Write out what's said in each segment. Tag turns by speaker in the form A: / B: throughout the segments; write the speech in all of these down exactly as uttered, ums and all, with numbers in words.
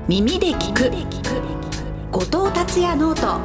A: 耳で聞く後藤達也ノート。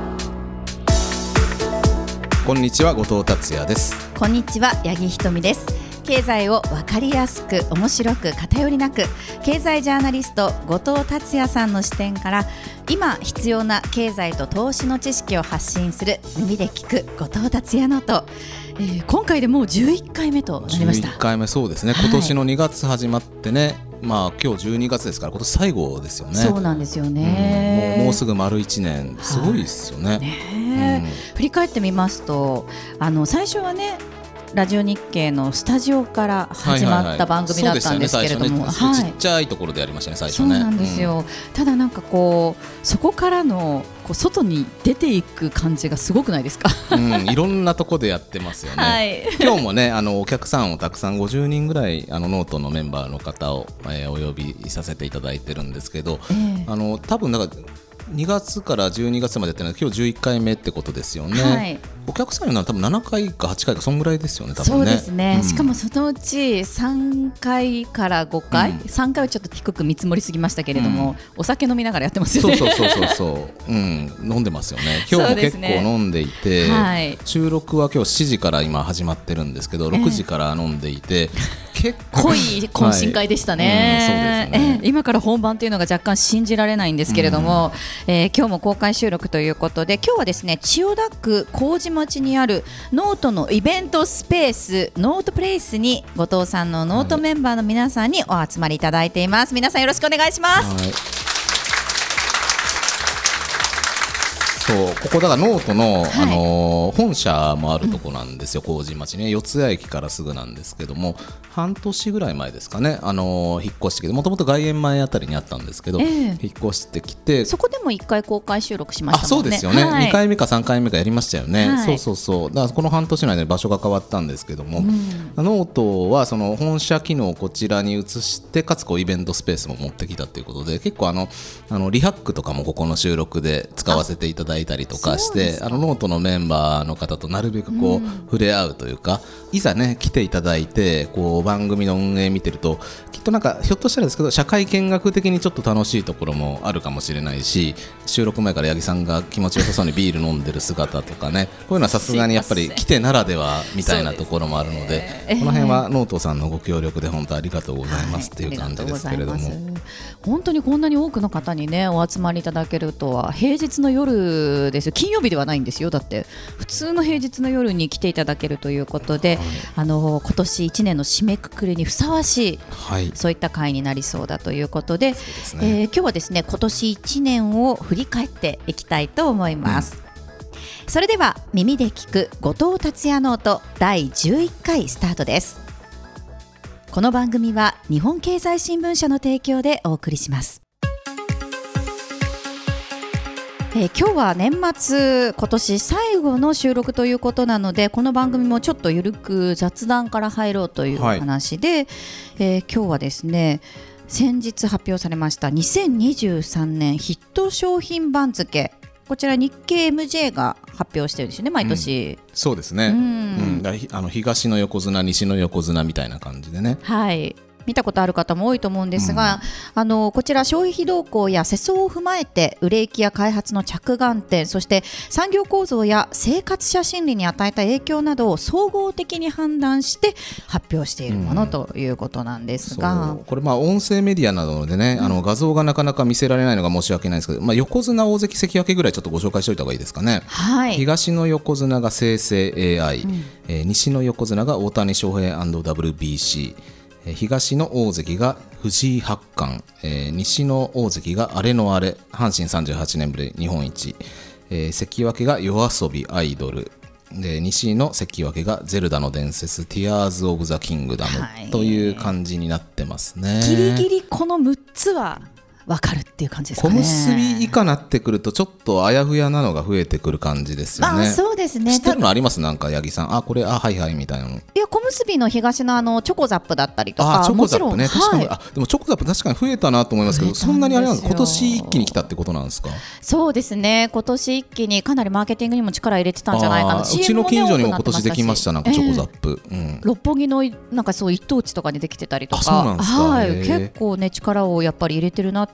B: こんにちは、後藤達也です。
C: こんにちは、八木ひとみです。経済を分かりやすく面白く偏りなく、経済ジャーナリスト後藤達也さんの視点から今必要な経済と投資の知識を発信する耳で聞く後藤達也ノート、えー、今回でもうじゅういっかいめとなりました。
B: じゅういっかいめ、そうですね、はい、今年のにがつ始まってね、まあ、今日じゅうにがつですから今年最後ですよね。
C: そうなんですよね、
B: うん、もう、もうすぐ丸いちねん、すごいですよね、はい、ね、
C: うん、振り返ってみますと、あの最初はねラジオ日経のスタジオから始まった番組だったんですけれども、
B: ちっちゃいところでやりましたね、最初ね。
C: そうなんですよ、うん、ただなんかこうそこからのこう外に出ていく感じがすごくないですか、
B: うん、いろんなとこでやってますよね、はい、今日もねあのお客さんをたくさんごじゅうにんぐらいあのノートのメンバーの方を、えー、お呼びさせていただいてるんですけど、えー、あの多分だからにがつからじゅうにがつまでやってるので今日じゅういっかいめってことですよね、はい、お客さんの多分ななかいかはちかいかそんぐらいですよね、多分ね。
C: そうですね、
B: うん、
C: しかもそのうちさんかいからごかい、うん、さんかいはちょっと低く見積もりすぎましたけれども、うん、お酒飲みながらやってますよね。
B: そうそうそうそう、うん、飲んでますよね。今日も結構飲んでいて、ね、はい、収録は今日しちじから今始まってるんですけどろくじから飲んでいて、えー
C: 結構濃い懇親会でしたね、はい、うん、そうですね。え今から本番というのが若干信じられないんですけれども、うん、えー、今日も公開収録ということで、今日はですね千代田区麹町にあるノートのイベントスペースノートプレイスに後藤さんのノートメンバーの皆さんにお集まりいただいています。皆さんよろしくお願いします。はい、
B: そうここだからノートの、はい、あのー、本社もあるとこなんですよ、うん、麹町ね、四ツ谷駅からすぐなんですけども、半年ぐらい前ですかね、あのー、引っ越してきて、もともと外苑前あたりにあったんですけど、えー、引っ越してきて、
C: そこでもいっかい公開収録しましたもんね。
B: あ、そうですよね、はい、にかいめかさんかいめかやりましたよね、はい、そうそうそう、だからこの半年の間に場所が変わったんですけども、うん、ノートはその本社機能をこちらに移して、かつこうイベントスペースも持ってきたということで、結構あのあのリハックとかもここの収録で使わせていただいたりとかして、あのノートのメンバーの方となるべくこう、うん、触れ合うというか、いざね来ていただいてこう番組の運営見てると、きっとなんかひょっとしたらですけど社会見学的にちょっと楽しいところもあるかもしれないし、収録前から八木さんが気持ちよさそうにビール飲んでる姿とかね、こういうのはさすがにやっぱり来てならではみたいなところもあるので、で、この辺はノートさんのご協力で本当ありがとうございますっていう感じですけれども、はい、
C: 本当にこんなに多くの方にねお集まりいただけるとは、平日の夜ですよ、金曜日ではないんですよ、だって普通の平日の夜に来ていただけるということで、はい、あの今年いちねんの締めくくりにふさわしい、はい、そういった回になりそうだということで、そうですね、えー、今日はですね今年いちねんを振り返っていきたいと思います、うん、それでは耳で聞く後藤達也ノートだいじゅういっかいスタートです。この番組は日本経済新聞社の提供でお送りします。えー、今日は年末今年最後の収録ということなので、この番組もちょっとゆるく雑談から入ろうという話で、はい、えー、今日はですね先日発表されましたにせんにじゅうさんねんヒット商品番付、こちら日経 エムジェー が発表してるんですよね、毎年、うん、
B: そうですね、うん、だあの東の横綱西の横綱みたいな感じでね、
C: はい、見たことある方も多いと思うんですが、うん、あのこちら消費動向や世相を踏まえて売れ行きや開発の着眼点、そして産業構造や生活者心理に与えた影響などを総合的に判断して発表しているものということなんですが、
B: うん、これまあ音声メディアなどでね、うん、あの画像がなかなか見せられないのが申し訳ないんですけど、まあ、横綱大関関脇ぐらいちょっとご紹介しておいた方がいいですかね、はい、東の横綱が生成 エーアイ、うん、えー、西の横綱が大谷翔平 &ダブリュービーシー、東の大関が藤井八冠、えー、西の大関がアレのアレ阪神さんじゅうはちねんぶり日本一、えー、関脇が夜遊びアイドルで、西の関脇がゼルダの伝説ティアーズ・オブ・ザ・キングダム、はい、という感じになってますね。
C: ギリギリこのむっつは分かるっていう感じですかね。
B: 小結び以下なってくるとちょっとあやふやなのが増えてくる感じですよね。
C: あ、そうですね。
B: 知ってるのあります？なんか八木さん、あ、これあはいはいみたいなの。い
C: や、小結びの東のあのチョコザップだったりとか、
B: あ、チョコザップね、確かに、はい、あ、でもチョコザップ確かに増えたなと思いますけど、そんなにあれなんですか、今年一気に来たってことなんですか？
C: そうですね、今年一気にかなりマーケティングにも力入れてたんじゃないかな。
B: うちの近所にも今年できました、なんかチョコザップ、えーうん、
C: 六本木のなんかそう一等地とかにできてたりとか、
B: あ、そうなんですか。
C: はい、結構ね力をやっぱり入れてるなっ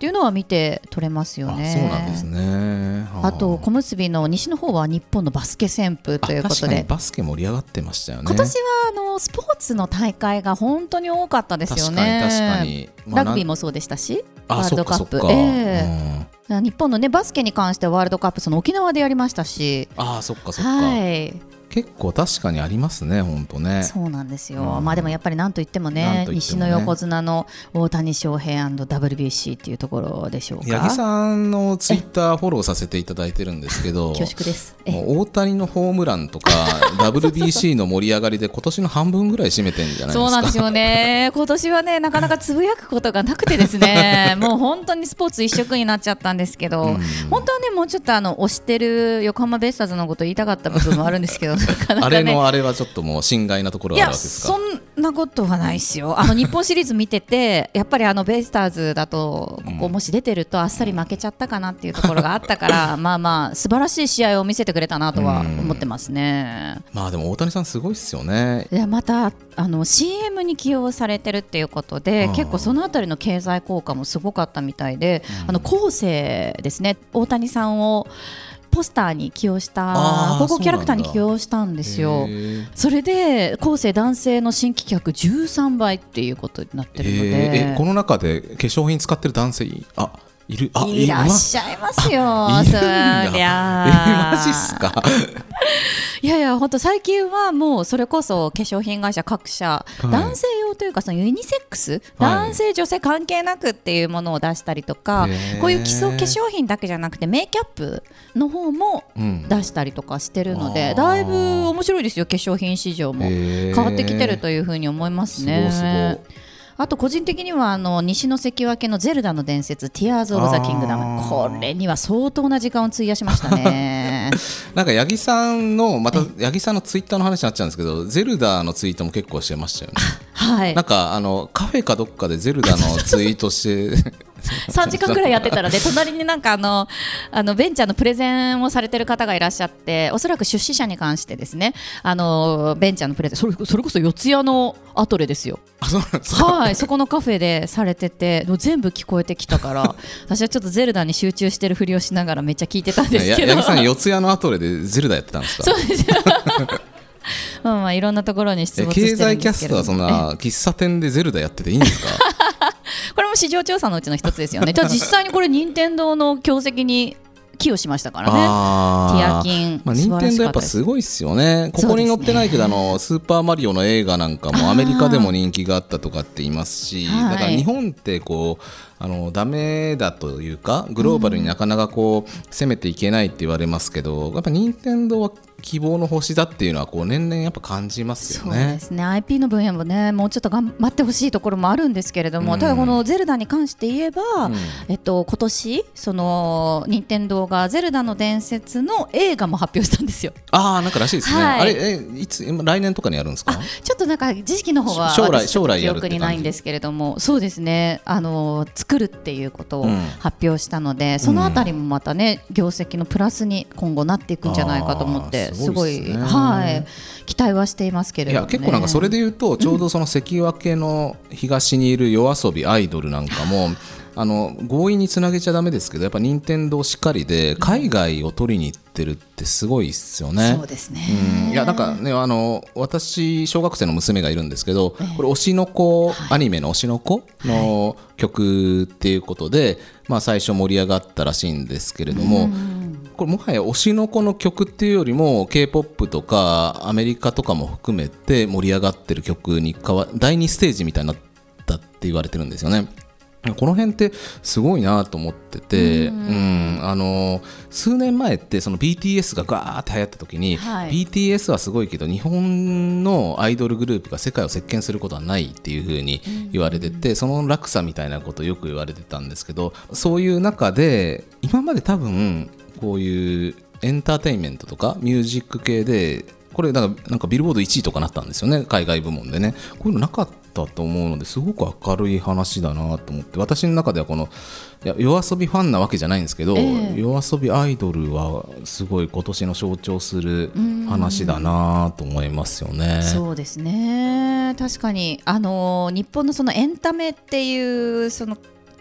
C: っていうのは見て取れますよね。
B: あ、そうなんですね。
C: あと小結の西の方は日本のバスケ旋風ということで、
B: 確かにバスケ盛り上がってましたよね。
C: 今年はあのスポーツの大会が本当に多かったですよね。
B: 確かに確かに、まあ、
C: ラグビーもそうでしたし、
B: ワ
C: ールドカップ、えー、日本の、ね、バスケに関してはワールドカップその沖縄でやりましたし、
B: ああそっかそっか、
C: はい、
B: 結構確かにありますね、本当ね。
C: そうなんですよ、
B: うん、
C: まあでもやっぱりなんといっても ね,
B: もね
C: 西の横綱の大谷翔平 &ダブリュービーシー っていうところでしょうか。
B: 八木さんのツイッターフォローさせていただいてるんですけど、
C: 恐縮です。
B: もう大谷のホームランとかダブリュービーシー の盛り上がりで今年の半分ぐらい占めてるんじゃないですか。
C: そうなんですよね。今年はねなかなかつぶやくことがなくてですねもう本当にスポーツ一色になっちゃったんですけど、うん、本当はねもうちょっとあの推してる横浜ベイスターズのこと言いたかった部分もあるんですけどなかなか、ね、
B: あれのあれはちょっともう心外なところがあるわけですか。
C: いやそんなことはないですよ。あの日本シリーズ見ててやっぱりあのベイスターズだとここもし出てるとあっさり負けちゃったかなっていうところがあったからまあまあ素晴らしい試合を見せてくれたなとは思ってますね。
B: まあでも大谷さんすごいですよね。
C: でまたあの シーエム に起用されてるっていうことで結構そのあたりの経済効果もすごかったみたいで、あの後世ですね、大谷さんをポスターに起用した広告キャラクターに起用したんですよ。 そ, それで後世男性の新規客じゅうさんばいっていうことになってるので、
B: えこの中で化粧品使ってる男性あいるあ
C: いらっしゃいますよ。
B: そりゃえマジっすか
C: いやいや本当最近はもうそれこそ化粧品会社各社、はい、男性用というかそのユニセックス、はい、男性女性関係なくっていうものを出したりとか、こういう基礎化粧品だけじゃなくてメイキャップの方も出したりとかしてるので、うん、だいぶ面白いですよ。化粧品市場も変わってきてるというふうに思いますね。すごいすごい。あと個人的にはあの西の関脇のゼルダの伝説ティアーズ・オブ・ザ・キングダム、これには相当な時間を費やしましたね
B: なんか八木さんのまた八木さんのツイッターの話になっちゃうんですけど、ゼルダのツイートも結構してましたよね
C: はい、
B: なんかあのカフェかどっかでゼルダのツイートして
C: さんじかんくらいやってたらね隣になんかあのあのベンチャーのプレゼンをされてる方がいらっしゃって、おそらく出資者に関してですね、あのベンチャーのプレゼン、それ、それこそ四谷のアトレですよ。
B: あ、そうなんですか。
C: はい、そこのカフェでされてて全部聞こえてきたから私はちょっとゼルダに集中してるふりをしながらめっちゃ聞いてたんですけど。
B: 八木さん四谷のアトレでゼルダやってたんですか。
C: そうですよまあまあいろんなところに出没してるんですけど、
B: 経済キャストはそんな喫茶店でゼルダやってていいんですか
C: これも市場調査のうちの一つですよね。じゃあ実際にこれ任天堂の業績に寄与しましたからね。ティアキン、
B: まあ、任天堂やっぱすごいっすよね。ここに載ってないけど、ね、あのスーパーマリオの映画なんかもアメリカでも人気があったとかって言いますし、だから日本ってこうあのダメだというかグローバルになかなかこう攻めていけないって言われますけど、やっぱ任天堂は希望の星だっていうのはこう年々やっぱ感じますよね。
C: そうですね。 アイピー の分野もねもうちょっと頑張ってほしいところもあるんですけれども、うん、ただこのゼルダに関して言えば、うんえっと、今年その任天堂がゼルダの伝説の映画も発表したんですよ。
B: ああなんからしいですね、はい、あれえいつ来年とかにやるんですか。
C: ちょっとなんか時期の方は
B: 将来将来
C: 記憶にないんですけれども、そうですね、あの作るっていうことを発表したので、うん、そのあたりもまたね業績のプラスに今後なっていくんじゃないかと思ってすごいはい、期待はしていますけれども、ね、
B: いや結構なんかそれでいうとちょうどその関脇の東にいる夜遊びアイドルなんかもあの強引につなげちゃダメですけどやっぱ任天堂しっかりで海外を取りに行ってるってすごいっすよね。
C: そうですね、
B: うん、いやなんかねあの私小学生の娘がいるんですけど、これ推しの子、はい、アニメの推しの子の曲っていうことで、はいまあ、最初盛り上がったらしいんですけれども、これもはや推しの子の曲っていうよりも K-ポップ とかアメリカとかも含めて盛り上がってる曲に変わだいにステージみたいになったって言われてるんですよね。この辺ってすごいなと思ってて、うん、うん、あの数年前ってその ビーティーエス がガーって流行った時に、はい、ビーティーエス はすごいけど日本のアイドルグループが世界を席巻することはないっていう風に言われてて、うん、その落差みたいなことをよく言われてたんですけど、そういう中で今まで多分こういうエンターテインメントとかミュージック系でこれなんか、なんかビルボードいちいとかなったんですよね、海外部門でね。こういうのなかったと思うのですごく明るい話だなと思って、私の中ではこのいや夜遊びファンなわけじゃないんですけど、えー、夜遊びアイドルはすごい今年の象徴する話だなと思いますよね。
C: そうですね、確かにあの日本のそのエンタメっていうその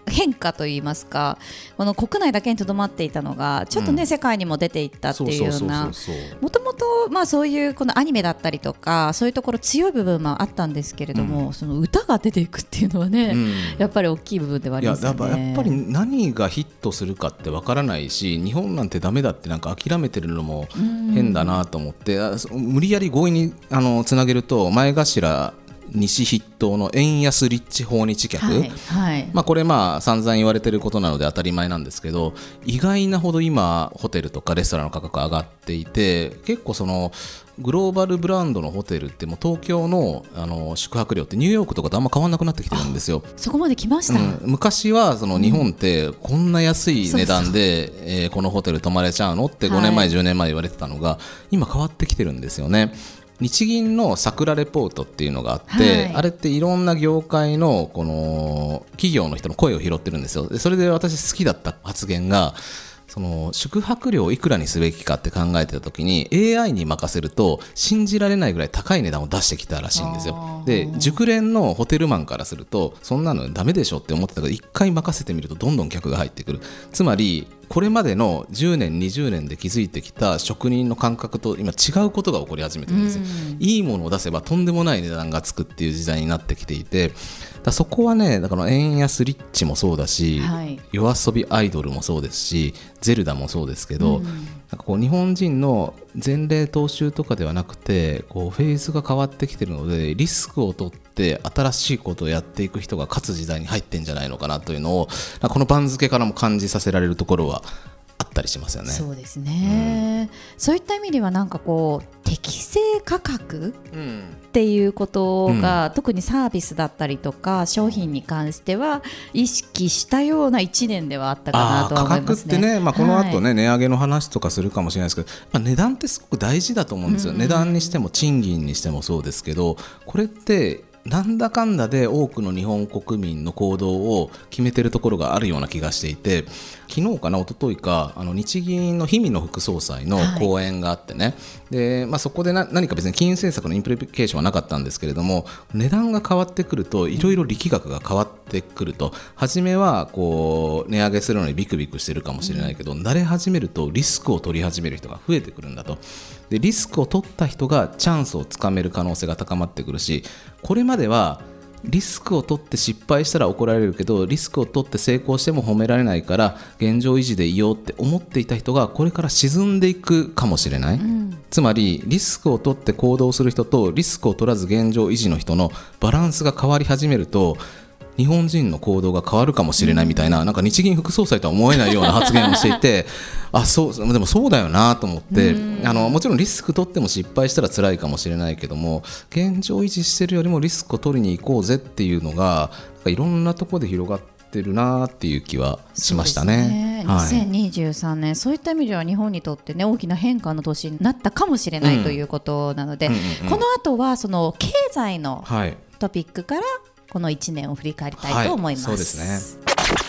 C: 変化といいますか、この国内だけにとどまっていたのがちょっとね、うん、世界にも出ていったっていうような、もともとまあそういうこのアニメだったりとかそういうところ強い部分もあったんですけれども、うん、その歌が出ていくっていうのはね、うん、やっぱり大きい部分ではありますよね。
B: いや、やっぱり何がヒットするかってわからないし、日本なんてダメだってなんか諦めてるのも変だなと思って、うん、無理やり強引にあのつなげると前頭西筆頭の円安リッチ訪日客、はいはい、まあ、これまあ散々言われてることなので当たり前なんですけど、意外なほど今ホテルとかレストランの価格上がっていて、結構そのグローバルブランドのホテルってもう東京 の, あの宿泊料ってニューヨークとかとあんま変わらなくなってきてるんですよ。
C: そこまで来ました、うん、
B: 昔はその日本ってこんな安い値段で、うん、えー、このホテル泊まれちゃうのってごねんまえ、はい、じゅうねんまえ言われてたのが今変わってきてるんですよね。日銀の桜レポートっていうのがあって、はい、あれっていろんな業界のこの企業の人の声を拾ってるんですよ。でそれで私好きだった発言が、その宿泊料をいくらにすべきかって考えてた時に エーアイ に任せると信じられないぐらい高い値段を出してきたらしいんですよ。で熟練のホテルマンからするとそんなのダメでしょって思ってたけど、一回任せてみるとどんどん客が入ってくる。つまりこれまでのじゅうねんにじゅうねんで築いてきた職人の感覚と今違うことが起こり始めてるんですよ。いいものを出せばとんでもない値段がつくっていう時代になってきていて、だそこはね、だから円安リッチもそうだし、はい、夜遊びアイドルもそうですし、ゼルダもそうですけど、うん、なんかこう日本人の前例踏襲とかではなくて、こうフェーズが変わってきてるので、リスクを取って新しいことをやっていく人が勝つ時代に入ってんじゃないのかなというのを、この番付からも感じさせられるところはあったりしますよね。
C: そうですね、うん、そういった意味ではなんかこう適正価格っていうことが、うん、特にサービスだったりとか商品に関しては意識したようないちねんではあったかなとは思いますね。
B: 価格ってね、まあ、この後ね、はい、値上げの話とかするかもしれないですけど、まあ、値段ってすごく大事だと思うんですよ、うん、値段にしても賃金にしてもそうですけど、これってなんだかんだで多くの日本国民の行動を決めてるところがあるような気がしていて、昨日かな一昨日かあの日銀の氷見野副総裁の講演があってね、はい、でまあ、そこでな何か別に金融政策のインプリケーションはなかったんですけれども、値段が変わってくるといろいろ力学が変わってくると、初めはこう値上げするのにビクビクしてるかもしれないけど、うん、慣れ始めるとリスクを取り始める人が増えてくるんだと。でリスクを取った人がチャンスをつかめる可能性が高まってくるし、これまではリスクを取って失敗したら怒られるけど、リスクを取って成功しても褒められないから現状維持でいようって思っていた人がこれから沈んでいくかもしれない、うん、つまりリスクを取って行動する人とリスクを取らず現状維持の人のバランスが変わり始めると、日本人の行動が変わるかもしれないみたいな、なんか日銀副総裁とは思えないような発言をしていてあ、そうでもそうだよなと思って、あのもちろんリスク取っても失敗したら辛いかもしれないけども、現状維持してるよりもリスクを取りに行こうぜっていうのがいろんなところで広がってるなっていう気はしましたね。
C: そうですね、はい、にせんにじゅうさんねん、そういった意味では日本にとって、ね、大きな変化の年になったかもしれない、うん、ということなので、うんうんうん、この後はその経済のトピックからこのいちねんを振り返りたいと思います。はい、そうですね。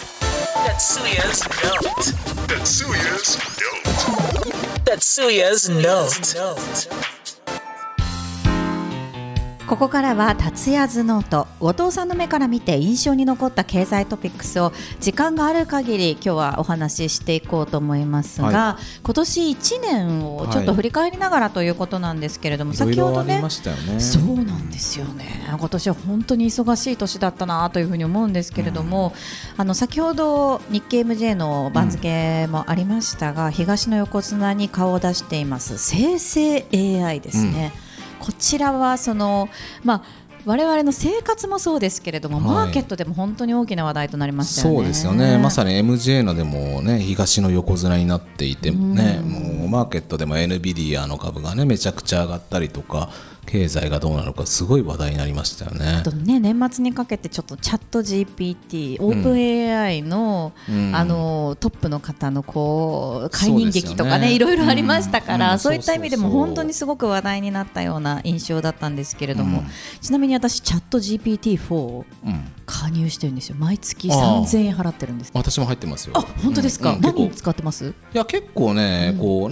C: ここからは達也ズノート、後藤さんの目から見て印象に残った経済トピックスを時間がある限り今日はお話ししていこうと思いますが、はい、今年いちねんをちょっと振り返りながらということなんですけれども、はい、先ほどね、そうなんですよね、今年は本当に忙しい年だったなというふうに思うんですけれども、うん、あの先ほど日経 エムジェー の番付もありましたが、うん、東の横綱に顔を出しています生成 エーアイ ですね、うん、こちらはその、まあ、我々の生活もそうですけれども、はい、マーケットでも本当に大きな話題となりましたよね。
B: そうですよね、まさに エムジェー のでも、ね、東の横綱になっていて、ね、もうマーケットでも エヌビディア の株が、ね、めちゃくちゃ上がったりとか、経済がどうなのかすごい話題になりましたよね。
C: あとね、年末にかけてちょっとチャット ジーピーティー、オープン エーアイ の、うん、あのトップの方のこう解任劇とかね、いろいろありましたから、うん、そういった意味でも本当にすごく話題になったような印象だったんですけれども、うん、ちなみに私チャット ジーピーティーフォー、うん、加入してるんですよ。毎月さんぜんえん払ってるんです。
B: 私も入ってますよ。
C: あ、本当ですか、うんうん、何使ってます？
B: いや結構ね、うん、こうなん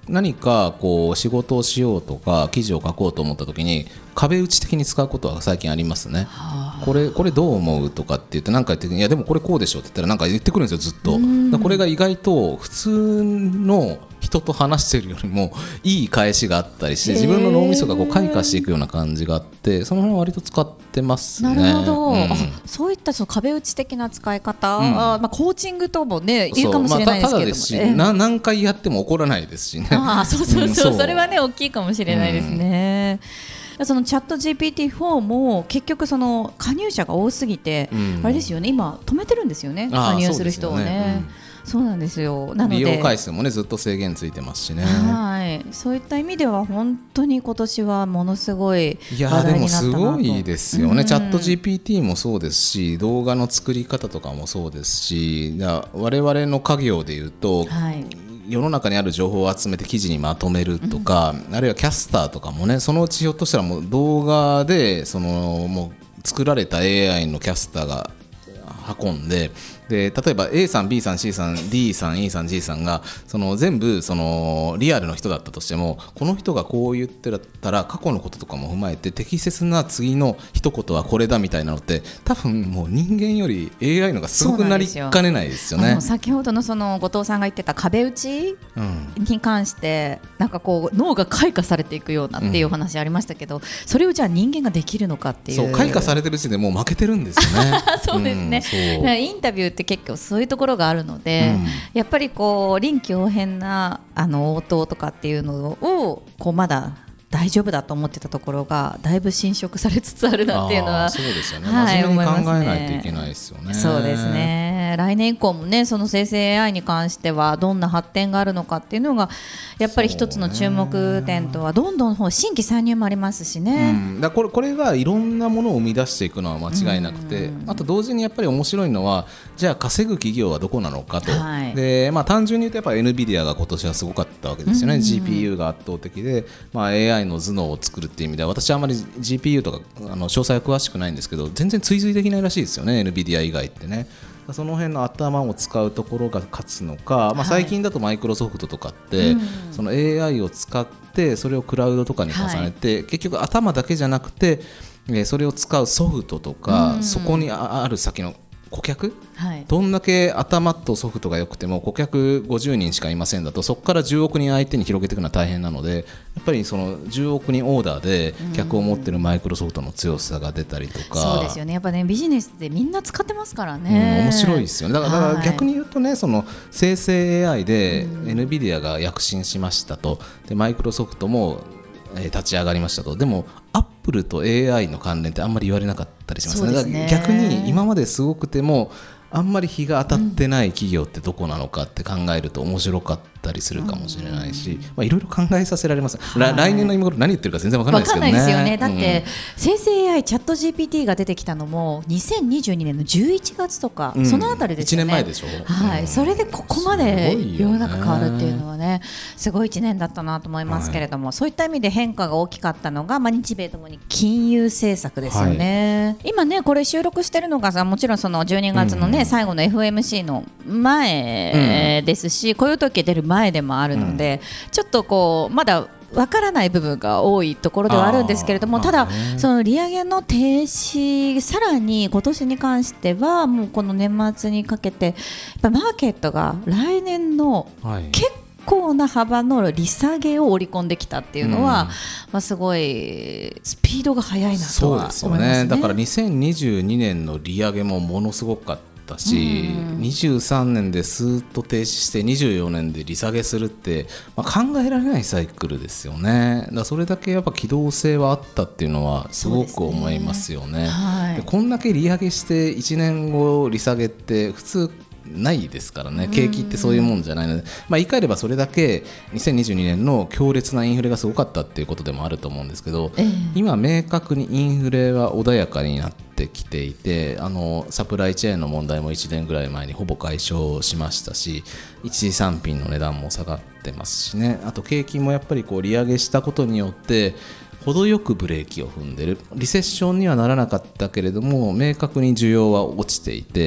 B: 何かこう仕事をしようとか記事を書こうと思った時に壁打ち的に使うことは最近ありますね。これこれどう思うとかって言って何か言って、いやでもこれこうでしょって言ったら何か言ってくるんですよずっと。だこれが意外と普通の人と話してるよりもいい返しがあったりして、自分の脳みそがこう開花していくような感じがあって、その辺は割と使ってますね。
C: なるほど、
B: うん、
C: そういったその壁打ち的な使い方、
B: うん、
C: あまあ、コーチングともねいいかもしれないですけども、まあ、た
B: ただですし、えー、な何回やっても怒らないですしね。
C: あそうそうそう、うん、それはね大きいかもしれないですね。うん、そのチャット ジーピーティーフォー も結局その加入者が多すぎて、うん、あれですよね、今止めてるんですよね、加入する人をね。そうなんですよ。なので
B: 利用回数もねずっと制限ついてますしね。
C: はい、そういった意味では本当に今年はものすごい
B: 話題になったなと。いやでもすごいですよね、うん、チャット ジーピーティー もそうですし、動画の作り方とかもそうですし、我々の家業でいうと、はい、世の中にある情報を集めて記事にまとめるとか、うん、あるいはキャスターとかもね、そのうちひょっとしたらもう動画でそのもう作られた エーアイ のキャスターが運んで、で例えば エー さん ビー さん シー さん ディー さん イー さん ジー さんがその全部そのリアルの人だったとしても、この人がこう言ってたら過去のこととかも踏まえて適切な次の一言はこれだみたいなのって多分もう人間より エーアイ のがすごくなりかねないですよね。
C: あの先ほどのその後藤さんが言ってた壁打ちに関して、うん、なんかこう脳が開花されていくようなっていうお話ありましたけど、うん、それをじゃあ人間ができるのかっていう。
B: そう開花されてる時点でもう負けてるんですよね。
C: そうですね、うん、だからインタビューって結構そういうところがあるので、うん、やっぱりこう臨機応変なあの応答とかっていうのをこうまだ大丈夫だと思ってたところがだいぶ侵食されつつあるなっていうのは、
B: そうですよね、はい、真面目に考えないといけないですよね。
C: そうですね、来年以降もねその生成 エーアイ に関してはどんな発展があるのかっていうのがやっぱり一つの注目点とは、どんどん新規参入もありますしね、
B: うん、だこれ、これがいろんなものを生み出していくのは間違いなくて、あと同時にやっぱり面白いのはじゃあ稼ぐ企業はどこなのかと、はい、でまあ、単純に言うとやっぱり エヌビディア が今年はすごかったわけですよね。 ジーピーユー が圧倒的で、まあ、エーアイ の頭脳を作るっていう意味では私はあまり ジーピーユー とかあの詳細は詳しくないんですけど、全然追随できないらしいですよね エヌビディア 以外ってね。その辺の頭を使うところが勝つのか、まあ、最近だとマイクロソフトとかって、はい、その エーアイ を使ってそれをクラウドとかに重ねて、はい、結局頭だけじゃなくてそれを使うソフトとか、うん、そこにある先の顧客、はい、どんだけ頭とソフトが良くても顧客ごじゅうにんしかいませんだと、そこからじゅうおくにん相手に広げていくのは大変なので、やっぱりそのじゅうおくにんオーダーで客を持っているマイクロソフトの強さが出たりとか、
C: そうですよね、やっぱねビジネスでみんな使ってますからね、
B: うん、面白いですよね。だから、だから逆に言うとね、その生成 エーアイ で エヌビディア が躍進しましたと、でマイクロソフトも立ち上がりましたと。でもアップルと エーアイ の関連ってあんまり言われなかったりしますね。だから逆に今まですごくてもあんまり日が当たってない企業ってどこなのかって考えると面白かったりするかもしれないし、まあ、いろいろ考えさせられます、はい、来年の今頃何言ってるか全然わからないですけどね。
C: わかんないですよね。だって、うん、生成 エーアイ チャット ジーピーティー が出てきたのもにせんにじゅうにねんのじゅういちがつとか、うん、そのあたりですよね。いちねんまえでしょ、はい、うん、それでここまで世の中変わるっていうのはねすごいいちねんだったなと思いますけれども、はい、そういった意味で変化が大きかったのが、まあ、日米ともに金融政策ですよね、はい、今ねこれ収録してるのがさ、もちろんそのじゅうにがつのね、うん、最後の エフエムシー の前ですし、うん、雇用統計出る前でもあるので、うん、ちょっとこうまだわからない部分が多いところではあるんですけれども、ただその利上げの停止、さらに今年に関してはもうこの年末にかけてやっぱマーケットが来年の結構結構な幅の利下げを織り込んできたっていうのは、うん、まあ、すごいスピードが速いなとは思いますね。そうですよね。だ
B: からにせんにじゅうにねんの利上げもものすごかったし、うん、にじゅうさんねんでスーッと停止してにじゅうよねんで利下げするって、まあ、考えられないサイクルですよね。だからそれだけやっぱ機動性はあったっていうのはすごく思いますよね。で、はい、でこんだけ利上げしていちねんご利下げって普通ないですからね。景気ってそういうもんじゃないので、まあ、言い換えればそれだけにせんにじゅうにねんの強烈なインフレがすごかったっていうことでもあると思うんですけど、えー、今明確にインフレは穏やかになってきていて、あのサプライチェーンの問題もいちねんぐらい前にほぼ解消しましたし、一次産品の値段も下がってますしね。あと景気もやっぱりこう利上げしたことによって程よくブレーキを踏んでる。リセッションにはならなかったけれども明確に需要は落ちていて、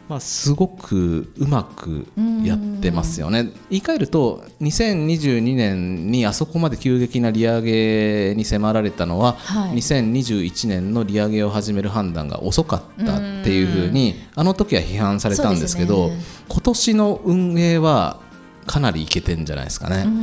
B: まあ、すごくうまくやってますよね。言い換えるとにせんにじゅうにねんにあそこまで急激な利上げに迫られたのは、はい、にせんにじゅういちねんの利上げを始める判断が遅かったっていうふうにあの時は批判されたんですけど、ね、今年の運営はかなりいけてんじゃないですかね。うん、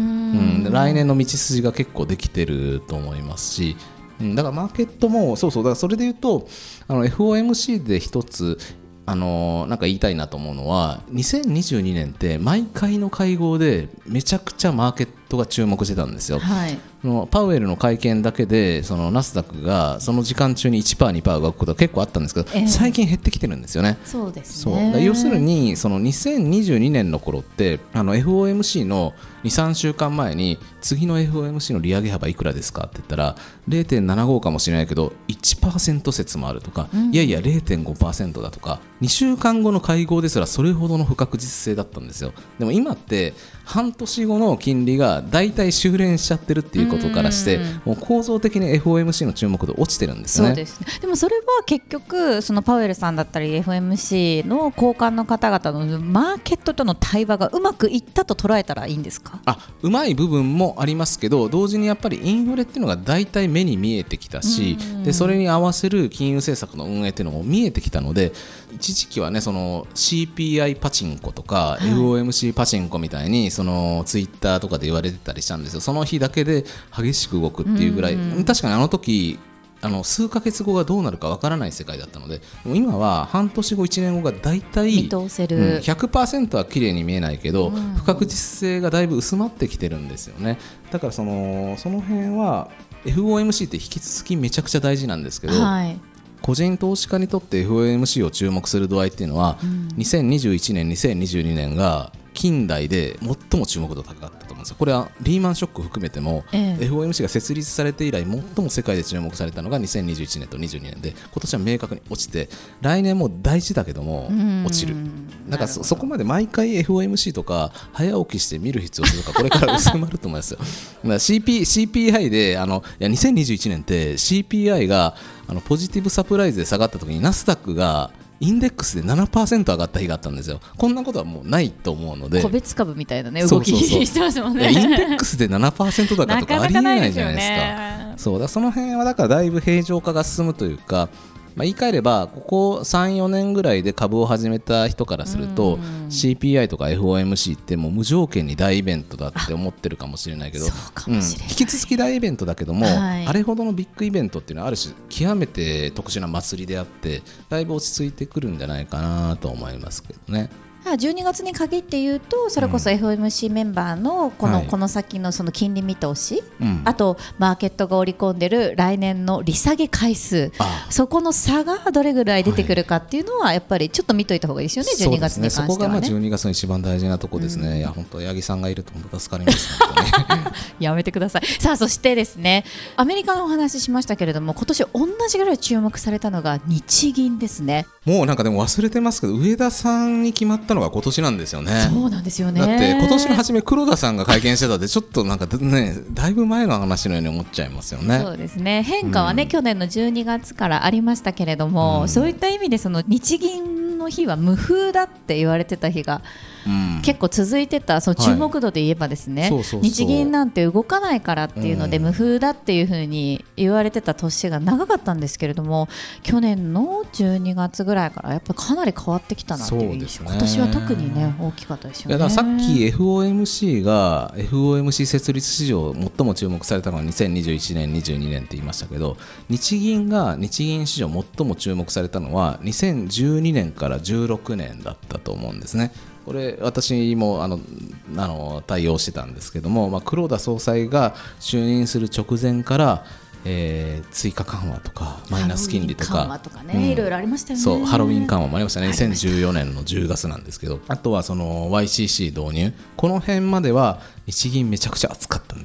B: 来年の道筋が結構できてると思いますし、うん、だからマーケットもそうそう、だからそれで言うとあの エフオーエムシー で一つあのなんか言いたいなと思うのは、にせんにじゅうにねんって毎回の会合でめちゃくちゃマーケットが注目してたんですよ、はい、のパウエルの会見だけでそのナスダックがその時間中に いちパーセント、にパーセント動くことは結構あったんですけど、えー、最近減ってきてるんですよね。
C: そうですね。
B: そう要するにそのにせんにじゅうにねんの頃ってあの エフオーエムシー の にさんしゅうかんまえに次の エフオーエムシー の利上げ幅いくらですかって言ったら ゼロてんななご かもしれないけど いちパーセント 説もあるとか、うん、いやいや ゼロてんごパーセント だとか、にしゅうかんごの会合ですらそれほどの不確実性だったんですよ。でも今って半年後の金利がだいたい修練しちゃってるっていうことからしてもう構造的に エフオーエムシー の注目度落ちてるんですよね。
C: そうですね。でもそれは結局そのパウエルさんだったり エフオーエムシー の高官の方々のマーケットとの対話がうまくいったと捉えたらいいんですか？
B: あ、うまい部分もありますけど、同時にやっぱりインフレっていうのがだいたい目に見えてきたし、でそれに合わせる金融政策の運営っていうのも見えてきたので、一時期はねその シーピーアイ パチンコとか、はい、エフオーエムシー パチンコみたいにそのツイッターとかで言われてたりしたんですよ。その日だけで激しく動くっていうぐらい、確かにあの時あの数ヶ月後がどうなるかわからない世界だったので、今は半年後いちねんごがだいたい
C: 見通せる、
B: うん、ひゃくパーセント は綺麗に見えないけど、うん、不確実性がだいぶ薄まってきてるんですよね。だからそのその辺は エフオーエムシー って引き続きめちゃくちゃ大事なんですけど、はい、個人投資家にとって エフオーエムシー を注目する度合いっていうのは、うん、にせんにじゅういちねん、にせんにじゅうにねんが近代で最も注目度高かったと思うんですよ。これはリーマンショックを含めても、ええ、エフオーエムシー が設立されて以来最も世界で注目されたのがにせんにじゅういちねんとにじゅうにねんで、今年は明確に落ちて、来年も大事だけども落ちる。だから そ, そこまで毎回 エフオーエムシー とか早起きして見る必要とかこれから薄まると思いますよ。だから シーピー、シーピーアイ であのいやにせんにじゅういちねんって シーピーアイ があのポジティブサプライズで下がった時にナスダックがインデックスで ななパーセント 上がった日があったんですよ。こんなことはもうないと思うので、
C: 個別株みたいな、ね、動きしてますもんね。
B: インデックスで ななパーセント 高とかありえないじゃないですか。なかなかないですよね。そうだ、その辺はだからだいぶ平常化が進むというか、まあ、言い換えればここ さんよねんぐらいで株を始めた人からすると シーピーアイ とか エフオーエムシー ってもう無条件に大イベントだって思ってるかもしれないけど、
C: そうかもしれない、うん、
B: 引き続き大イベントだけども、はい、あれほどのビッグイベントっていうのはある種極めて特殊な祭りであってだいぶ落ち着いてくるんじゃないかなと思いますけどね。
C: じゅうにがつに限って言うとそれこそ エフオーエムシー メンバーのこの、はい、この先のその金利見通し、うん、あとマーケットが織り込んでる来年の利下げ回数、そこの差がどれぐらい出てくるかっていうのはやっぱりちょっと見といた方がいいですよね、はい、じゅうにがつに関してはね。
B: そこがまあじゅうにがつの一番大事なところですね、うん、いや本当八木さんがいると本当助かります
C: やめてください。さあそしてですね、アメリカのお話ししましたけれども、今年同じぐらい注目されたのが日銀ですね。
B: もうなんかでも忘れてますけど上田さんに決まったのが今年なんですよね。
C: そうなんですよね。
B: だって今年の初め黒田さんが会見してたってちょっとなんかねだいぶ前の話のように思っちゃいますよね。
C: そうですね。変化はね、うん、去年のじゅうにがつからありましたけれども、うん、そういった意味でその日銀の日は無風だって言われてた日がうん、結構続いてた、その注目度で言えばですね、はい、そうそうそう、日銀なんて動かないからっていうので、うん、無風だっていう風に言われてた年が長かったんですけれども、去年のじゅうにがつぐらいからやっぱりかなり変わってきたなっていう印象、ね、今年は特にね大きかったですよね。
B: いやだからさっき エフオーエムシー が エフオーエムシー 設立史上最も注目されたのはにせんにじゅういちねんにじゅうにねんって言いましたけど、日銀が日銀史上最も注目されたのはにせんじゅうにねんからじゅうろくねんだったと思うんですね。これ私もあのあの対応してたんですけども、まあ、黒田総裁が就任する直前から、えー、追加緩和とかマイナス金利とか
C: 緩和とかね、うん、いろいろありましたよね。
B: そうハロウィン緩和もありましたね。にせんじゅうよねんのじゅうがつなんですけど、あとはその ワイシーシー 導入、この辺までは日銀めちゃくちゃ熱かったんですよ。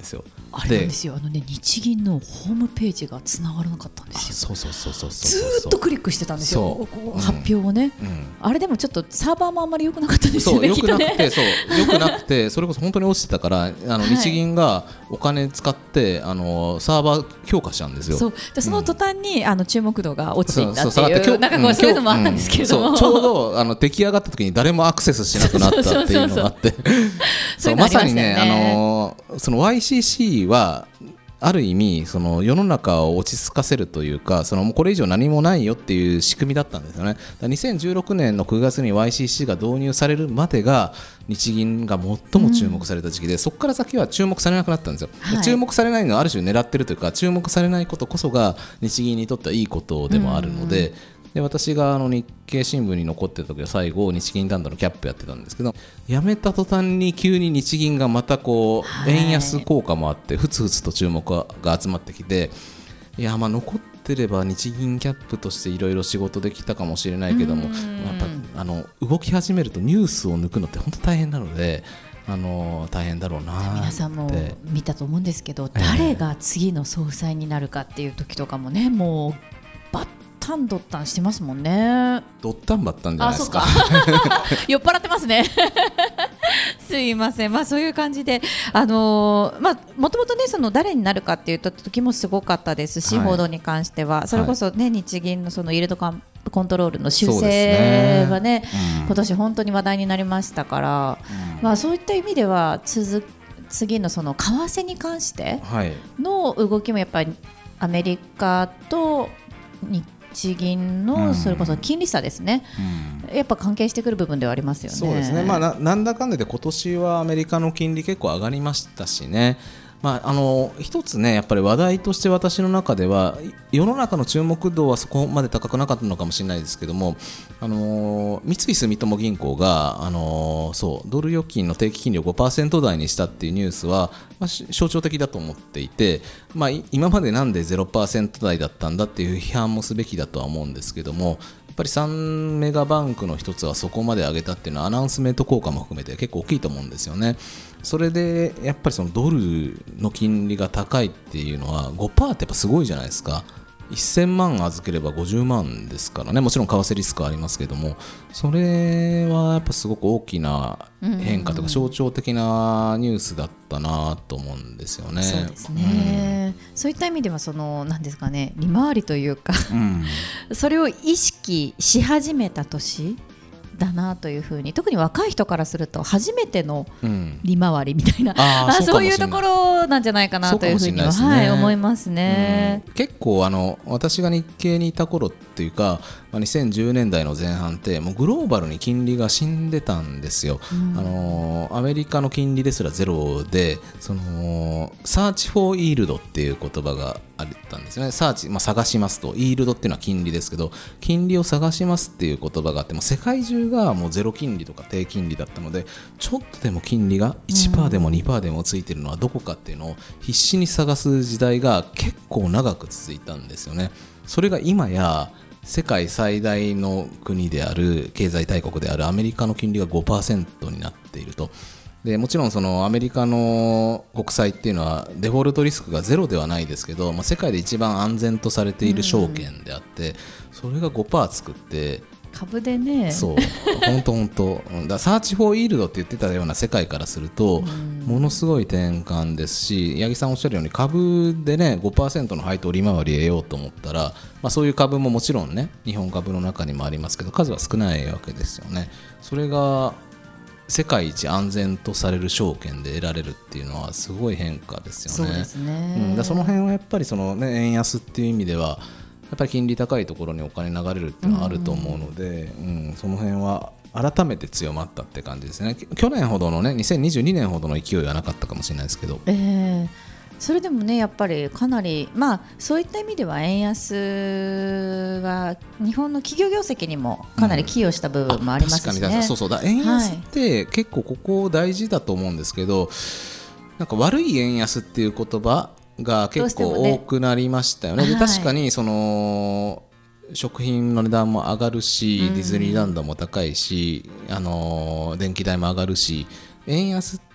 C: あれなんですよ、あのね、日銀のホームページがつながらなかったんですよ。
B: そうそうそうそうそう
C: ずーっとクリックしてたんですよ、こう発表をね、うん、あれでもちょっとサーバーもあんまり良くなかったんですよね。
B: そう良くなくて、そう良くなくてそれこそ本当に落ちてたから、あの日銀がお金使って、はい、あのサーバー強化したんですよ。
C: そうでその途端に、うん、あの注目度が落ちていったっていう、なんかこうそういうのもあったんですけれども、
B: うん、ちょうどあの出来上がった時に誰もアクセスしなくなったっていうのがあってまさにね、あのその ワイシーシー はある意味その世の中を落ち着かせるというか、そのもうこれ以上何もないよっていう仕組みだったんですよね。にせんじゅうろくねんのくがつに ワイシーシー が導入されるまでが日銀が最も注目された時期で、うん、そこから先は注目されなくなったんですよ、はい、注目されないのはある種狙ってるというか、注目されないことこそが日銀にとってはいいことでもあるので、うんで私があの日経新聞に残ってた時は最後日銀担当のキャップやってたんですけど、辞めた途端に急に日銀がまたこう円安効果もあってふつふつと注目が集まってきて、いやまあ残ってれば日銀キャップとしていろいろ仕事できたかもしれないけども、やっぱあの動き始めるとニュースを抜くのって本当大変なので、あの大変だろうなって。
C: 皆さんも見たと思うんですけど、誰が次の総裁になるかっていう時とかもね、もうバッタンドッタンしてますもんね。
B: ドッタンバッタンじゃないですか。
C: あ、そうか酔っ払ってますねすいません、まあ、そういう感じで、あのーまあ、もともとね、その誰になるかって言った時もすごかったですし、はい、報道に関してはそれこそ、ね、はい、日銀のそのイールドコントロールの修正は ね, ね、うん、今年本当に話題になりましたから、うん、まあ、そういった意味では続次のその為替に関しての動きもやっぱりアメリカと日日銀のそれこそ金利差ですね、うん、やっぱ関係してくる部分ではありますよね。
B: そうですね、まあ、な, なんだかんだで今年はアメリカの金利結構上がりましたしね、まあ、あの一つねやっぱり話題として私の中では世の中の注目度はそこまで高くなかったのかもしれないですけども、あの三井住友銀行が、あのそうドル預金の定期金利を ごパーセント 台にしたっていうニュースは、まあ、象徴的だと思っていて、まあ、今までなんで ゼロパーセント 台だったんだっていう批判もすべきだとは思うんですけども、やっぱりさんメガバンクの一つはそこまで上げたっていうのはアナウンスメント効果も含めて結構大きいと思うんですよね。それでやっぱりそのドルの金利が高いっていうのは ごパーセント ってやっぱすごいじゃないですか。せんまん預ければごじゅうまんですからね。もちろん為替リスクはありますけども、それはやっぱすごく大きな変化とか象徴的なニュースだったなと思うんですよね。
C: そうですね、うん、そういった意味ではその何ですかね、利回りというか、うん、それを意識し始めた年だなというふうに、特に若い人からすると初めての利回りみたいな、うん、ああそういうところなんじゃないかなというふうには、ね、はい、思いますね、
B: うん、結構あの私が日経にいた頃っていうか、まあ、にせんじゅうねんだいの前半ってもうグローバルに金利が死んでたんですよ、うん、あのアメリカの金利ですらゼロで、そのサーチフォーイールドっていう言葉があったんですよね。サーチ、まあ、探しますと、イールドっていうのは金利ですけど、金利を探しますっていう言葉があって、もう世界中がもうゼロ金利とか低金利だったので、ちょっとでも金利が いちパーセント でも にパーセント でもついてるのはどこかっていうのを必死に探す時代が結構長く続いたんですよね。それが今や世界最大の国である経済大国であるアメリカの金利が ごパーセント になっていると。でもちろんそのアメリカの国債っていうのはデフォルトリスクがゼロではないですけど、まあ、世界で一番安全とされている証券であって、それが ごパーセント 作って
C: 株でね、
B: そう本当本当だ、サーチフォーイールドって言ってたような世界からするとものすごい転換ですし、八木さんおっしゃるように株でね ごパーセント の配当利回り得ようと思ったら、まあ、そういう株ももちろんね日本株の中にもありますけど数は少ないわけですよね。それが世界一安全とされる証券で得られるっていうのはすごい変化ですよね。
C: そうですね、
B: うん、だその辺はやっぱりその、ね、円安っていう意味ではやっぱり金利高いところにお金流れるっていうのはあると思うので、うんうん、その辺は改めて強まったって感じですね。去年ほどのねにせんにじゅうにねんほどの勢いはなかったかもしれないですけど、
C: えーそれでもねやっぱりかなり、まあ、そういった意味では円安は日本の企業業績にもかなり寄与した部分もありますしね、うん、確かにそうそうだ、円
B: 安って結構ここ大事だと思うんですけど、はい、なんか悪い円安っていう言葉が結構多くなりましたよね。で確かにその食品の値段も上がるし、うん、ディズニーランドも高いし、あの電気代も上がるし、円安って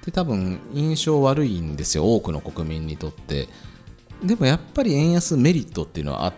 B: で多分印象悪いんですよ、多くの国民にとって。でもやっぱり円安メリットっていうのはあって、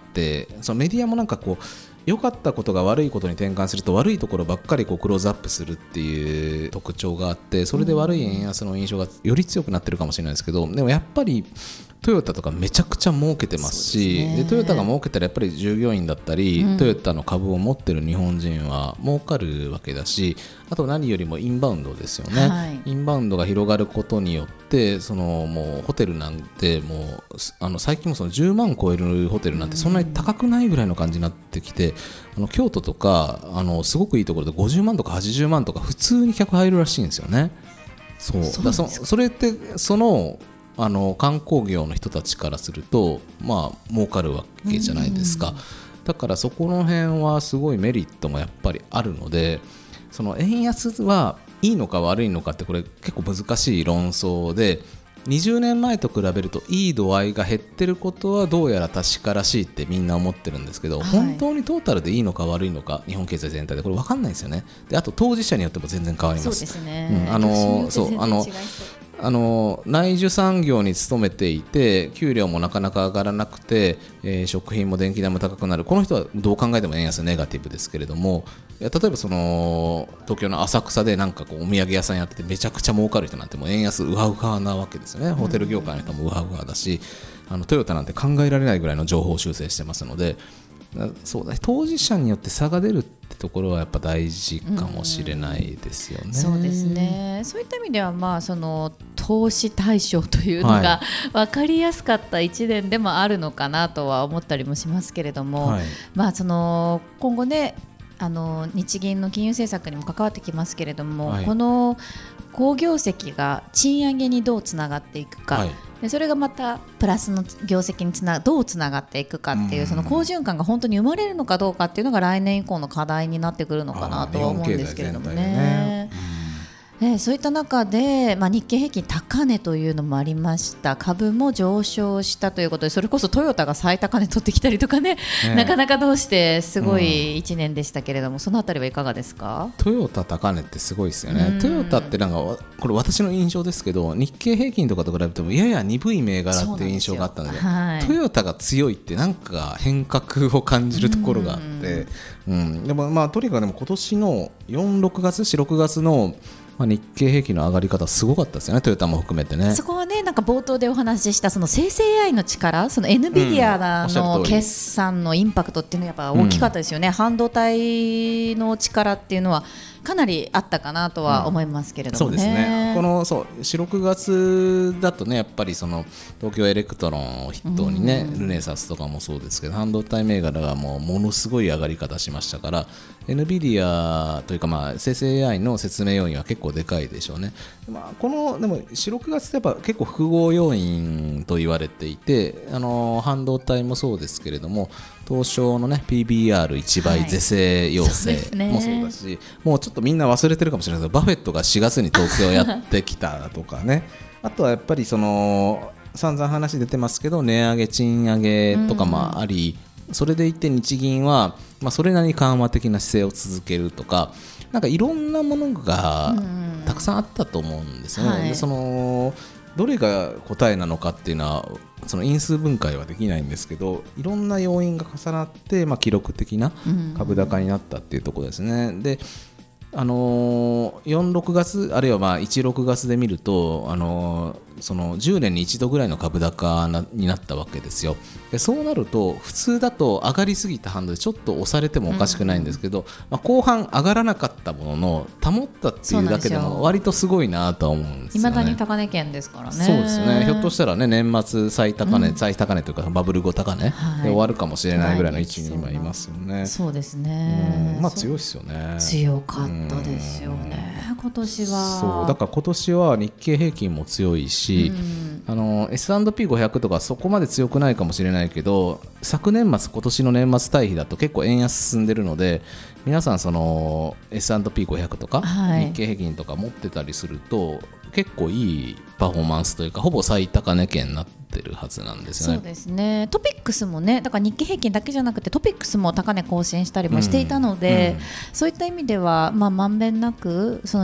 B: そのメディアもなんかこう良かったことが悪いことに転換すると悪いところばっかりこうクローズアップするっていう特徴があって、それで悪い円安の印象がより強くなってるかもしれないですけど、でもやっぱりトヨタとかめちゃくちゃ儲けてますし、でトヨタが儲けたらやっぱり従業員だったり、うん、トヨタの株を持ってる日本人は儲かるわけだし、あと何よりもインバウンドですよね、はい、インバウンドが広がることによってそのもうホテルなんてもうあの最近もそのじゅうまん超えるホテルなんてそんなに高くないぐらいの感じになってきて、あの京都とかあのすごくいいところでごじゅうまんとかはちじゅうまんとか普通に客入るらしいんですよね。そうそうだ そ, それってそのあの観光業の人たちからするとまあ儲かるわけじゃないですか。だからそこの辺はすごいメリットもやっぱりあるので、その円安はいいのか悪いのかってこれ結構難しい論争で、にじゅうねんまえと比べるといい度合いが減ってることはどうやら確からしいってみんな思ってるんですけど、はい、本当にトータルでいいのか悪いのか日本経済全体でこれ分かんないですよね。であと当事者によっても全然変わります。
C: そうですね、
B: うん、あのそうあのあの内需産業に勤めていて給料もなかなか上がらなくて、えー、食品も電気代も高くなる、この人はどう考えても円安ネガティブですけれども、いや例えばその東京の浅草でなんかこうお土産屋さんやっててめちゃくちゃ儲かる人なんてもう円安うわうわなわけですよね。ホテル業界の人もうわうわだし、あのトヨタなんて考えられないぐらいの情報修正してますので、そうだ、当事者によって差が出るってところはやっぱ大事かもしれないですよね。
C: うん、そうですね。そういった意味ではまあその投資対象というのが分かりやすかったいちねんでもあるのかなとは思ったりもしますけれども、はい、まあその今後ねあの日銀の金融政策にも関わってきますけれども、はい、この好業績が賃上げにどうつながっていくか、はい、でそれがまたプラスの業績につなどうつながっていくかっていう、その好循環が本当に生まれるのかどうかっていうのが来年以降の課題になってくるのかなとは思うんですけれどもね。でそういった中で、まあ、日経平均高値というのもありました。株も上昇したということで、それこそトヨタが最高値取ってきたりとか ね, ねなかなかどうしてすごいいちねんでしたけれども、うん、そのあたりはいかがですか。
B: トヨタ高値ってすごいですよね。トヨタってなんかこれ私の印象ですけど、日経平均とかと比べてもやや鈍い銘柄っていう印象があったの で, で、はい、トヨタが強いってなんか変革を感じるところがあって、うんうん、でもまあとにかくでも今年のよん、ろくがつ、し、ろくがつのまあ、日経平均の上がり方すごかったですよね、トヨタも含めてね。
C: そこはね、なんか冒頭でお話ししたその生成 エーアイ の力、その エヌビディア の決算のインパクトっていうのはやっぱ大きかったですよね、うん、半導体の力っていうのはかなりあったかなとは思いますけれどもね、うん、そうですね。
B: このそうし、ろくがつだとね、やっぱりその東京エレクトロンを筆頭にね、うん、ルネサスとかもそうですけど、半導体銘柄がもうものすごい上がり方しましたから、エヌビディア というか、まあ生成 エーアイ の説明要因は結構でかいでしょうね。まあ、このでもし、ろくがつってやっぱ結構複合要因と言われていて、あの半導体もそうですけれども、東証のね ピービーアールいち 倍是正要請もそうだし、はい、もうちょっとみんな忘れてるかもしれないけど、バフェットがしがつに東京やってきたとかねあとはやっぱりその散々話出てますけど、値上げ賃上げとかもあり、うん、それでいて日銀は、まあ、それなりに緩和的な姿勢を続けるとか、なんかいろんなものがたくさんあったと思うんですよね、はい、でそのどれが答えなのかっていうのはその因数分解はできないんですけど、いろんな要因が重なって、まあ、記録的な株高になったっていうところですね。であのー、よん、ろくがつあるいはまあいち、ろくがつで見ると、あのー、そのじゅうねんに一度ぐらいの株高なになったわけですよ。でそうなると普通だと上がりすぎた反動でちょっと押されてもおかしくないんですけど、うんまあ、後半上がらなかったものの保ったっていうだけでも割とすごいなとは思うんですよね。
C: 未だに高値圏ですからね。
B: そうですね。ひょっとしたらね、年末最高値、うん、最高値というかバブル後高値、はい、で終わるかもしれないぐらいの位置に今いますよね。
C: そうですね、
B: うん、まあ強いですよね。
C: 強かったですよね、今年は。
B: そうだから今年は日経平均も強いし、うん、あの エスアンドピーごひゃく とかそこまで強くないかもしれないけど、昨年末今年の年末対比だと結構円安進んでるので、皆さんその エスアンドピーごひゃく とか、はい、日経平均とか持ってたりすると結構いいパフォーマンスというか、ほぼ最高値圏になってるはずなんですよね。
C: そうですね。トピックスもね、だから日経平均だけじゃなくてトピックスも高値更新したりもしていたので、うんうん、そういった意味ではまあまんべんなくその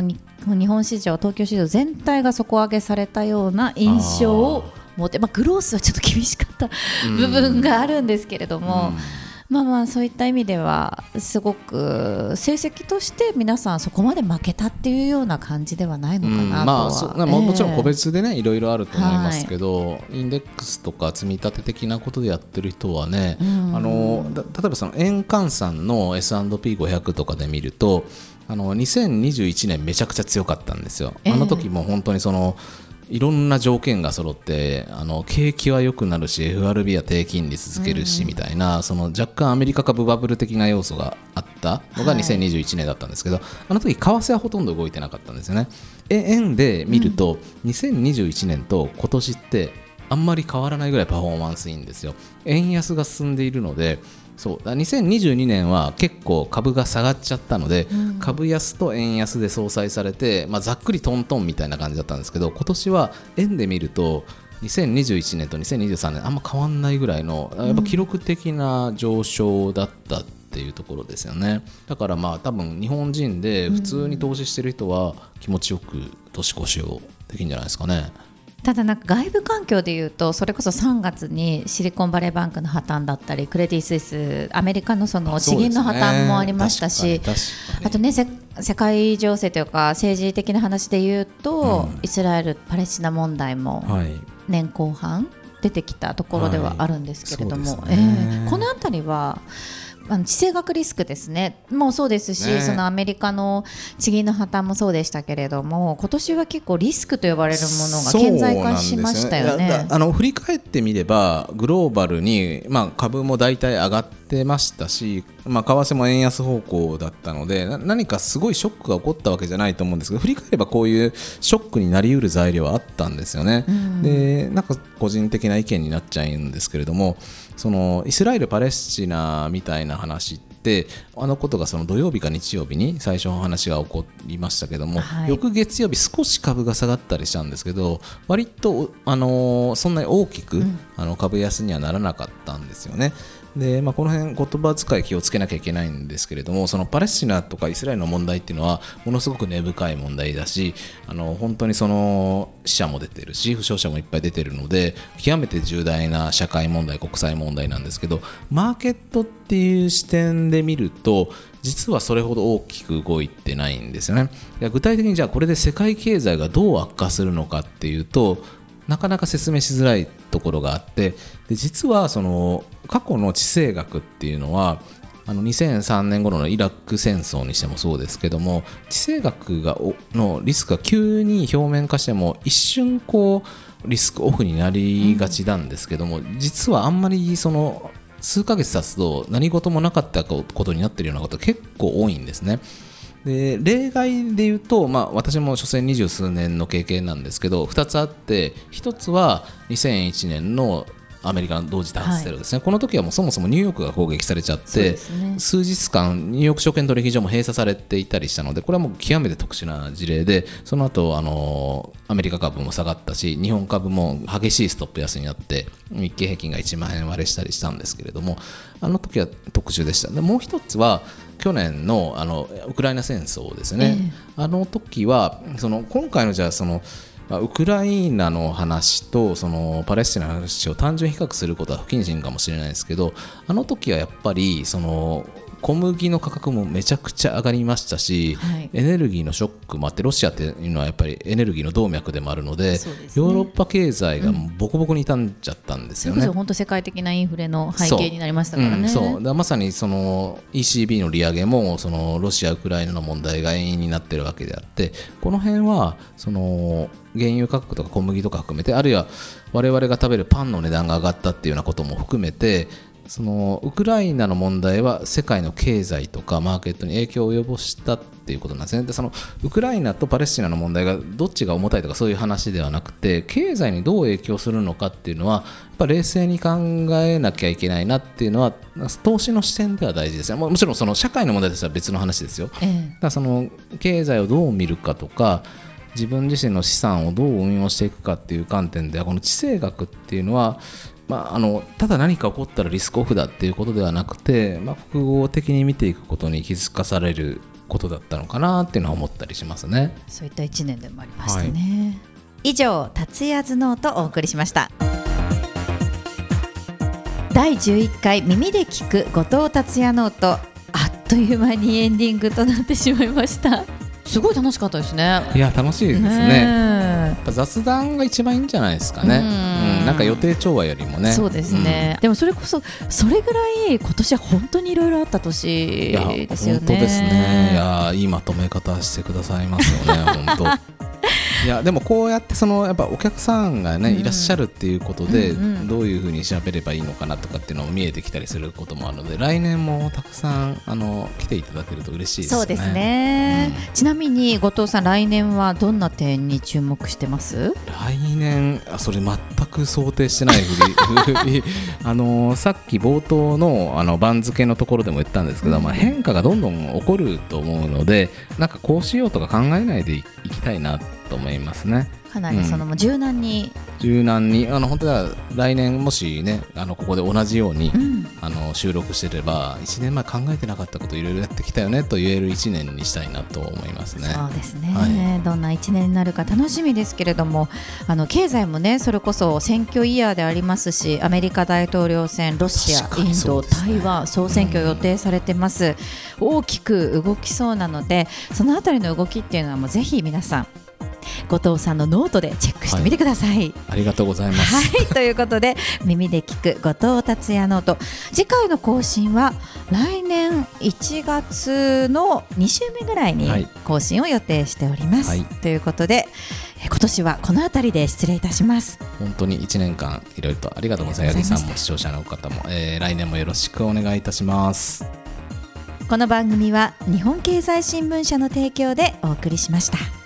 C: 日本市場、東京市場全体が底上げされたような印象を持って、まあ、グロースはちょっと厳しかった部分があるんですけれども、うんまあまあそういった意味ではすごく成績として皆さんそこまで負けたっていうような感じではないのかなとは、うんまあそ
B: うも, もちろん個別でねいろいろあると思いますけど、はい、インデックスとか積み立て的なことでやってる人はね、うん、あの例えばその円換算の エスアンドピーごひゃく とかで見るとあのにせんにじゅういちねんめちゃくちゃ強かったんですよ。あの時も本当にそのいろんな条件が揃ってあの景気は良くなるし エフアールビー は低金利続けるしみたいな、うん、その若干アメリカ株バブル的な要素があったのがにせんにじゅういちねんだったんですけど、はい、あの時為替はほとんど動いてなかったんですよね。円で見ると、うん、にせんにじゅういちねんと今年ってあんまり変わらないぐらいパフォーマンスいいんですよ。円安が進んでいるのでそうにせんにじゅうにねんは結構株が下がっちゃったので、うん、株安と円安で相殺されて、まあ、ざっくりトントンみたいな感じだったんですけど今年は円で見るとにせんにじゅういちねんとにせんにじゅうさんねんあんま変わんないぐらいのやっぱ記録的な上昇だったっていうところですよね。だからまあ多分日本人で普通に投資してる人は気持ちよく年越しをできるんじゃないですかね。
C: ただなんか外部環境でいうとそれこそさんがつにシリコンバレーバンクの破綻だったりクレディ・スイスアメリカのその地銀の破綻もありましたし、あとね世界情勢というか政治的な話でいうと、うん、イスラエル・パレスチナ問題も年後半出てきたところではあるんですけれども、はいえー、このあたりはあの地政学リスクですねもうそうですし、ね、そのアメリカの地銀の破綻もそうでしたけれども今年は結構リスクと呼ばれるものが顕在化しましたよね。
B: あの振り返ってみればグローバルに、まあ、株も大体上がってましたし、まあ、為替も円安方向だったので何かすごいショックが起こったわけじゃないと思うんですけど振り返ればこういうショックになりうる材料はあったんですよね、うん、でなんか個人的な意見になっちゃうんですけれどもそのイスラエル・パレスチナみたいな話ってあのことがその土曜日か日曜日に最初の話が起こりましたけども、はい、翌月曜日少し株が下がったりしたんですけど割と、あのー、そんなに大きく、うん、あの株安にはならなかったんですよね。でまあ、この辺言葉遣い気をつけなきゃいけないんですけれどもそのパレスチナとかイスラエルの問題っていうのはものすごく根深い問題だしあの本当にその死者も出てるし負傷者もいっぱい出てるので極めて重大な社会問題国際問題なんですけどマーケットっていう視点で見ると実はそれほど大きく動いてないんですよね。いや具体的にじゃあこれで世界経済がどう悪化するのかっていうとなかなか説明しづらいところがあってで実はその過去の地政学っていうのはあのにせんさんねん頃のイラク戦争にしてもそうですけども地政学がのリスクが急に表面化しても一瞬こうリスクオフになりがちなんですけども、うん、実はあんまりその数ヶ月経つと何事もなかったことになっているようなことが結構多いんですね。で例外で言うと、まあ、私も所詮二十数年の経験なんですけどふたつあってひとつはにせんいちねんのアメリカの同時多発テロですね、はい、この時はもうそもそもニューヨークが攻撃されちゃって、ね、数日間ニューヨーク証券取引所も閉鎖されていたりしたのでこれはもう極めて特殊な事例でその後あのアメリカ株も下がったし日本株も激しいストップ安になって日経平均がいちまんえん割れしたりしたんですけれどもあの時は特殊でした。でもう一つは去年 の, あのウクライナ戦争ですね、えー、あの時はその今回のじゃあそのウクライナの話とそのパレスチナの話を単純比較することは不謹慎かもしれないですけどあの時はやっぱりその小麦の価格もめちゃくちゃ上がりましたし、はい、エネルギーのショックもあってロシアっていうのはやっぱりエネルギーの動脈でもあるの で, で、ね、ヨーロッパ経済がボコボコに傷んじゃったんですよね、うん、それこそ
C: 本当世界的なインフレの背景になりましたからね。
B: そう、うん、そうだまさにその イーシービー の利上げもそのロシア・ウクライナの問題が遠因になっているわけであってこの辺はその原油価格とか小麦とか含めてあるいは我々が食べるパンの値段が上がったっていうようなことも含めてそのウクライナの問題は世界の経済とかマーケットに影響を及ぼしたっていうことなんですね。でそのウクライナとパレスチナの問題がどっちが重たいとかそういう話ではなくて経済にどう影響するのかっていうのはやっぱ冷静に考えなきゃいけないなっていうのは投資の視点では大事ですね。もちろんその社会の問題としては別の話ですよ、ええ、だからその経済をどう見るかとか自分自身の資産をどう運用していくかっていう観点ではこの地政学っていうのはまあ、あのただ何か起こったらリスクオフだっていうことではなくて、まあ、複合的に見ていくことに気づかされることだったのかなっていうのは思ったりしますね。
C: そういったいちねんでもありましたね、はい、以上達也頭脳とお送りしました。だいじゅういっかい耳で聞く後藤達也ノート、あっという間にエンディングとなってしまいました。すごい楽しかったですね。
B: いや楽しいですね。やっぱ雑談が一番いいんじゃないですかね。うんうん、なんか予定調和よりもね。
C: そうですね、うん、でもそれこそそれぐらい今年は本当にいろいろあった年ですよね。
B: 本当ですね。いやいいまとめ方してくださいますよね本当いやでもこうやってそのやっぱお客さんがね、うん、いらっしゃるっていうことで、うんうん、どういうふうに喋ればいいのかなとかっていうのも見えてきたりすることもあるので、来年もたくさんあの来ていただけると嬉しいですね。
C: そうですね、うん、ちなみに後藤さん来年はどんな点に注目してます？
B: 来年あそれ全く想定してないふりあのさっき冒頭 の, あの番付のところでも言ったんですけど、うんまあ、変化がどんどん起こると思うので、なんかこうしようとか考えないでいきたいなと思いますね。
C: かなりその、うん、柔軟に
B: 柔軟にあの本当は来年もしねあのここで同じように、うん、あの収録してればいちねんまえ考えてなかったこといろいろやってきたよねと言えるいちねんにしたいなと思いますね。
C: そうですね、はい、どんないちねんになるか楽しみですけれども、あの経済もねそれこそ選挙イヤーでありますし、アメリカ大統領選、ロシア、インド、台湾総選挙予定されてます、うん、大きく動きそうなので、そのあたりの動きっていうのはもうぜひ皆さん後藤さんのノートでチェックしてみてください、はい、
B: ありがとうございます、
C: はい、ということで耳で聞く後藤達也ノート、次回の更新は来年いちがつのに週目ぐらいに更新を予定しております、はい、ということで今年はこのあたりで失礼いたします。
B: 本当にいちねんかんいろいろとありがとうございます。八木さんも視聴者の方も、えー、来年もよろしくお願いいたします。
C: この番組は日本経済新聞社の提供でお送りしました。